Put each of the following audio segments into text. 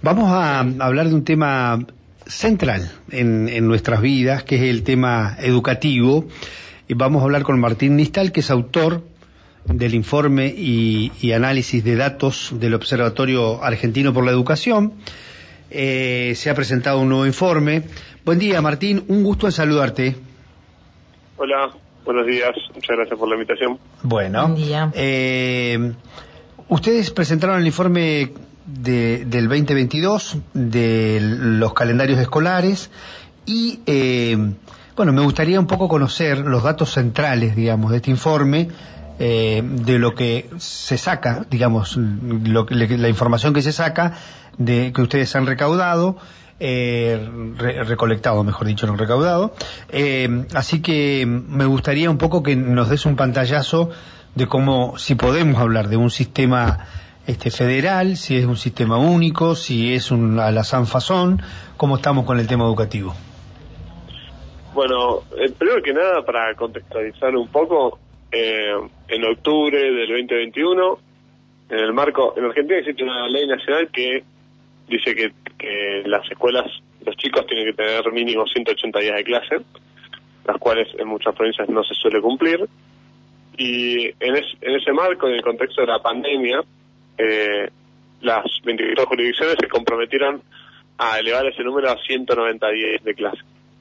Vamos a hablar de un tema central en nuestras vidas, que es el tema educativo. Y vamos a hablar con Martín Nistal, que es autor del informe y análisis de datos del Observatorio Argentino por la Educación. Se ha presentado un nuevo informe. Buen día, Martín, un gusto en saludarte. Hola, buenos días, muchas gracias por la invitación. Bueno, buen día. Ustedes presentaron el informe del 2022 de los calendarios escolares y, bueno, me gustaría un poco conocer los datos centrales, digamos, de este informe, de lo que se saca, digamos, la información que se saca, de que ustedes han recaudado, recolectado, mejor dicho, no recaudado. Así que me gustaría un poco que nos des un pantallazo de cómo, si podemos hablar de un sistema federal, si es un sistema único, si es a la Sanfazón, cómo estamos con el tema educativo. Bueno, primero que nada, para contextualizar un poco, en octubre del 2021, en Argentina existe una ley nacional que dice que las escuelas, los chicos tienen que tener mínimo 180 días de clase, las cuales en muchas provincias no se suele cumplir, y en ese marco, en el contexto de la pandemia, las 24 jurisdicciones se comprometieron a elevar ese número a 190 días de clase.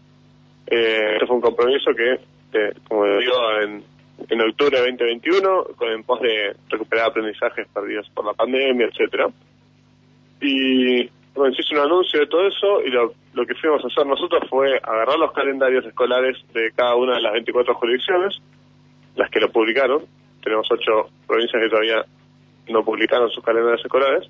Este fue un compromiso que, como digo, en octubre de 2021, en pos de recuperar aprendizajes perdidos por la pandemia, etcétera. Y bueno, se hizo un anuncio de todo eso, y lo que fuimos a hacer nosotros fue agarrar los calendarios escolares de cada una de las 24 jurisdicciones, las que lo publicaron. Tenemos 8 provincias que todavía no publicaron sus calendarios escolares,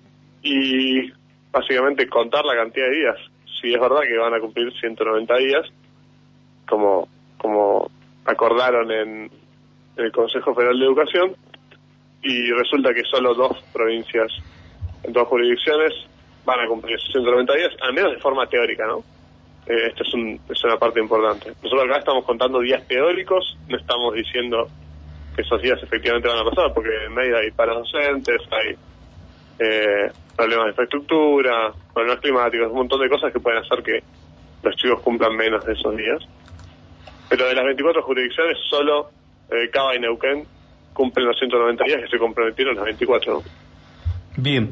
y básicamente contar la cantidad de días. Si es verdad que van a cumplir 190 días, como acordaron en el Consejo Federal de Educación, y resulta que solo 2 provincias, 2 jurisdicciones, van a cumplir esos 190 días, al menos de forma teórica, ¿no? Esto es una parte importante. Nosotros acá estamos contando días teóricos, no estamos diciendo que esos días efectivamente van a pasar, porque en medio hay paros docentes, hay problemas de infraestructura, problemas climáticos, un montón de cosas que pueden hacer que los chicos cumplan menos de esos días. Pero de las 24 jurisdicciones, solo Cava y Neuquén cumplen los 190 días que se comprometieron las 24, ¿no? Bien,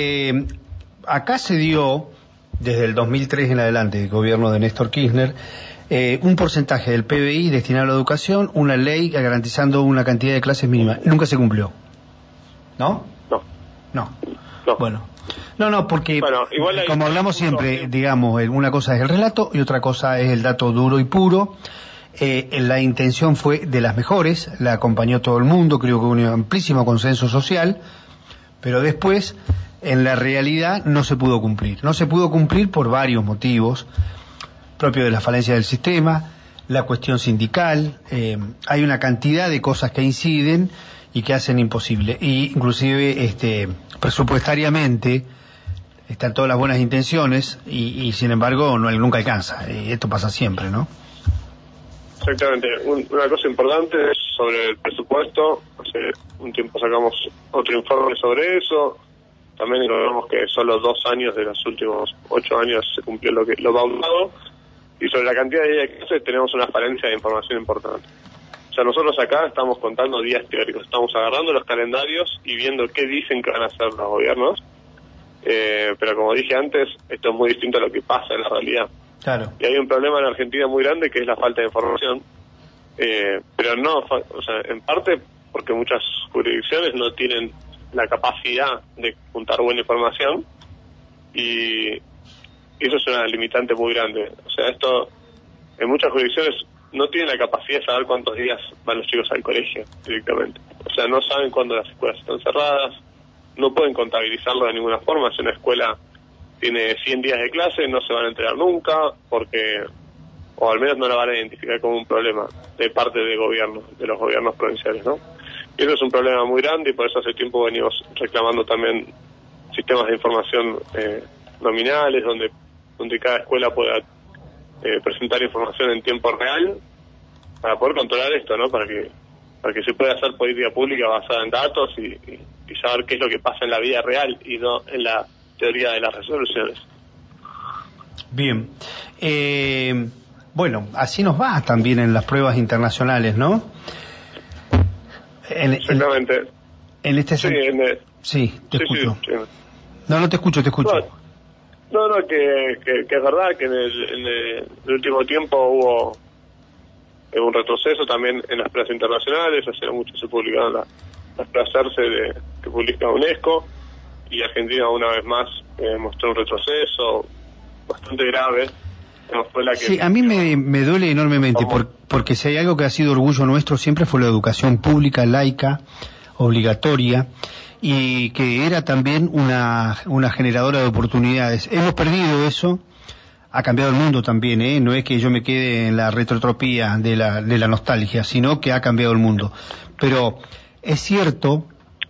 acá se dio, desde el 2003 en adelante, el gobierno de Néstor Kirchner, un porcentaje del PBI destinado a la educación, una ley garantizando una cantidad de clases mínima. Nunca se cumplió, ¿no? No. Bueno, porque como hablamos siempre, digamos, una cosa es el relato y otra cosa es el dato duro y puro. La intención fue de las mejores, la acompañó todo el mundo, creo que hubo un amplísimo consenso social, pero después, en la realidad, no se pudo cumplir. No se pudo cumplir por varios motivos, propio de la falencia del sistema, la cuestión sindical, hay una cantidad de cosas que inciden y que hacen imposible. Y inclusive presupuestariamente están todas las buenas intenciones y sin embargo nunca alcanza. Esto pasa siempre, ¿no? Exactamente. Una cosa importante es sobre el presupuesto. Hace un tiempo sacamos otro informe sobre eso. También encontramos que solo 2 años de los últimos 8 años se cumplió lo pautado. Y sobre la cantidad de días de clases tenemos una falencia de información importante. O sea, nosotros acá estamos contando días teóricos, estamos agarrando los calendarios y viendo qué dicen que van a hacer los gobiernos, pero como dije antes, esto es muy distinto a lo que pasa en la realidad. Claro. Y hay un problema en Argentina muy grande, que es la falta de información, pero no, o sea, en parte porque muchas jurisdicciones no tienen la capacidad de juntar buena información, y eso es una limitante muy grande. O sea, esto, en muchas jurisdicciones no tienen la capacidad de saber cuántos días van los chicos al colegio directamente. O sea, no saben cuándo las escuelas están cerradas, no pueden contabilizarlo de ninguna forma. Si una escuela tiene 100 días de clase, no se van a enterar nunca, o al menos no la van a identificar como un problema de parte del gobierno, de los gobiernos provinciales, ¿no? Y eso es un problema muy grande, y por eso hace tiempo venimos reclamando también sistemas de información nominales, donde cada escuela pueda presentar información en tiempo real para poder controlar esto, ¿no? Para que se pueda hacer política pública basada en datos y saber qué es lo que pasa en la vida real y no en la teoría de las resoluciones. Bien. Bueno, así nos va también en las pruebas internacionales, ¿no? Exactamente. En este sí, te escucho. Sí. No te escucho. No, que es verdad que en el último tiempo hubo un retroceso también en las pruebas internacionales. Hace mucho se publicaron las pruebas CERCE que publica UNESCO, y Argentina una vez más mostró un retroceso bastante grave. Sí, a mí me duele enormemente, porque si hay algo que ha sido orgullo nuestro siempre fue la educación pública, laica, obligatoria, y que era también una generadora de oportunidades. Hemos perdido eso, ha cambiado el mundo también, no es que yo me quede en la retrotropía de la nostalgia, sino que ha cambiado el mundo. Pero es cierto,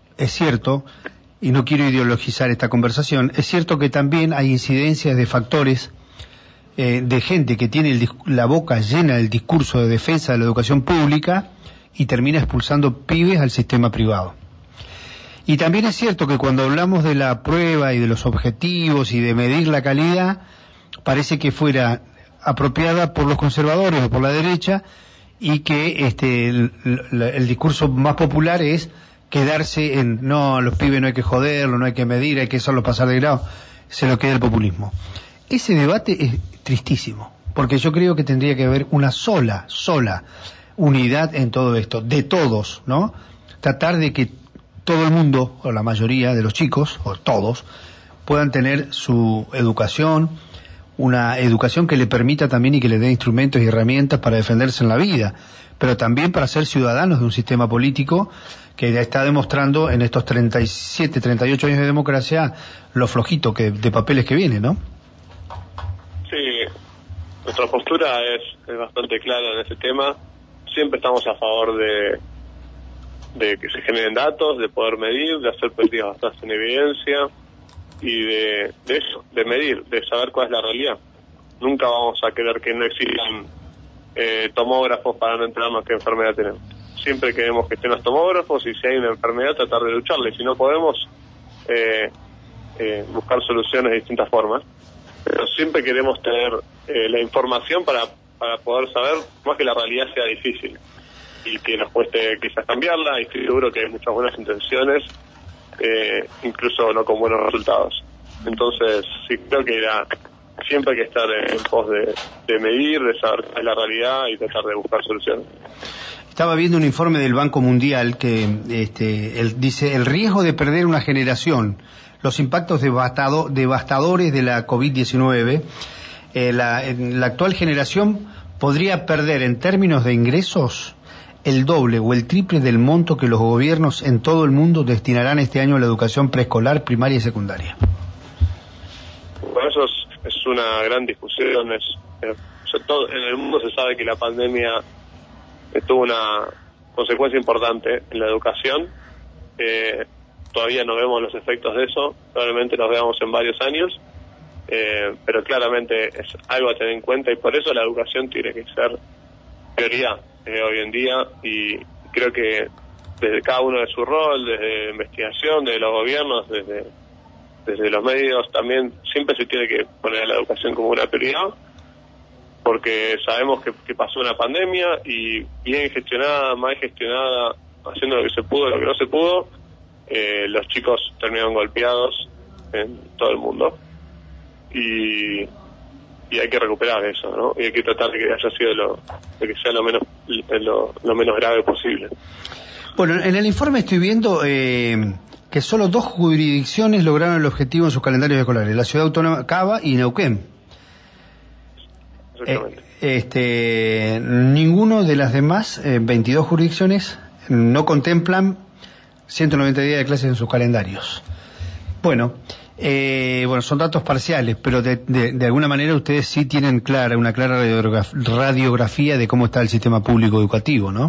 y no quiero ideologizar esta conversación, es cierto que también hay incidencias de factores de gente que tiene la boca llena del discurso de defensa de la educación pública y termina expulsando pibes al sistema privado. Y también es cierto que cuando hablamos de la prueba y de los objetivos y de medir la calidad, parece que fuera apropiada por los conservadores o por la derecha, y que el discurso más popular es quedarse en no, los pibes no hay que joderlo, no hay que medir, hay que hacerlo pasar de grado. Se lo queda el populismo. Ese debate es tristísimo, porque yo creo que tendría que haber una sola unidad en todo esto, de todos, ¿no? Tratar de que todo el mundo, o la mayoría de los chicos, o todos, puedan tener su educación, una educación que le permita también y que le dé instrumentos y herramientas para defenderse en la vida, pero también para ser ciudadanos de un sistema político que ya está demostrando en estos 37, 38 años de democracia lo flojito de papeles que viene, ¿no? Nuestra postura es bastante clara en ese tema. Siempre estamos a favor de que se generen datos, de poder medir, de hacer políticas basadas en evidencia y de eso, de medir, de saber cuál es la realidad. Nunca vamos a querer que no existan tomógrafos para no enterarnos qué enfermedad tenemos. Siempre queremos que estén los tomógrafos, y si hay una enfermedad tratar de lucharla, y si no podemos buscar soluciones de distintas formas. Pero siempre queremos tener la información para poder saber, más que la realidad sea difícil y que nos cueste quizás cambiarla, y estoy seguro que hay muchas buenas intenciones, incluso no con buenos resultados. Entonces sí, creo que siempre hay que estar en pos de medir, de saber cuál es la realidad y tratar de buscar soluciones. Estaba viendo un informe del Banco Mundial que dice el riesgo de perder una generación, los impactos devastadores de la COVID-19, la actual generación podría perder en términos de ingresos el doble o el triple del monto que los gobiernos en todo el mundo destinarán este año a la educación preescolar, primaria y secundaria. Bueno, eso es una gran discusión. En el mundo se sabe que la pandemia tuvo una consecuencia importante en la educación. Todavía no vemos los efectos de eso, probablemente los veamos en varios años, pero claramente es algo a tener en cuenta, y por eso la educación tiene que ser prioridad hoy en día, y creo que desde cada uno de su rol, desde investigación, desde los gobiernos, desde los medios, también siempre se tiene que poner a la educación como una prioridad, porque sabemos que pasó una pandemia, y bien gestionada, mal gestionada, haciendo lo que se pudo, lo que no se pudo, los chicos terminaron golpeados en todo el mundo, y hay que recuperar eso, ¿no? Y hay que tratar de que haya sido de que sea lo menos grave posible. Bueno, en el informe estoy viendo que solo 2 jurisdicciones lograron el objetivo en sus calendarios escolares, la Ciudad Autónoma Cava y Neuquén. Exactamente. Ninguno de las demás 22 jurisdicciones no contemplan 190 días de clases en sus calendarios. Bueno, son datos parciales, pero de alguna manera ustedes sí tienen una clara radiografía de cómo está el sistema público educativo, ¿no?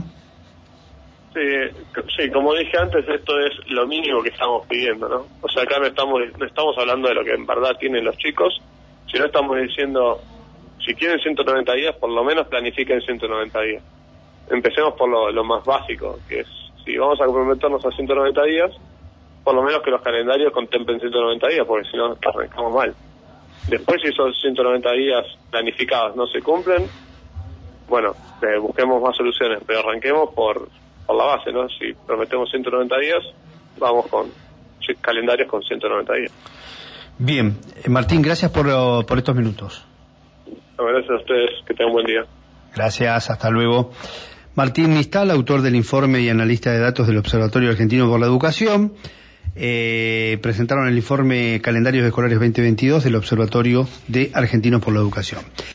Sí, como dije antes, esto es lo mínimo que estamos pidiendo, ¿no? O sea, acá no estamos hablando de lo que en verdad tienen los chicos, sino estamos diciendo, si quieren 190 días, por lo menos planifiquen 190 días. Empecemos por lo más básico, que es, si vamos a comprometernos a 190 días, por lo menos que los calendarios contemplen 190 días, porque si no arrancamos mal. Después, si esos 190 días planificados no se cumplen, bueno, busquemos más soluciones, pero arranquemos por la base, ¿no? Si prometemos 190 días, vamos con calendarios con 190 días. Bien, Martín, gracias por estos minutos. Gracias a ustedes, que tengan un buen día. Gracias, hasta luego. Martín Mistal, autor del informe y analista de datos del Observatorio Argentino por la Educación, presentaron el informe Calendarios Escolares 2022 del Observatorio de Argentinos por la Educación.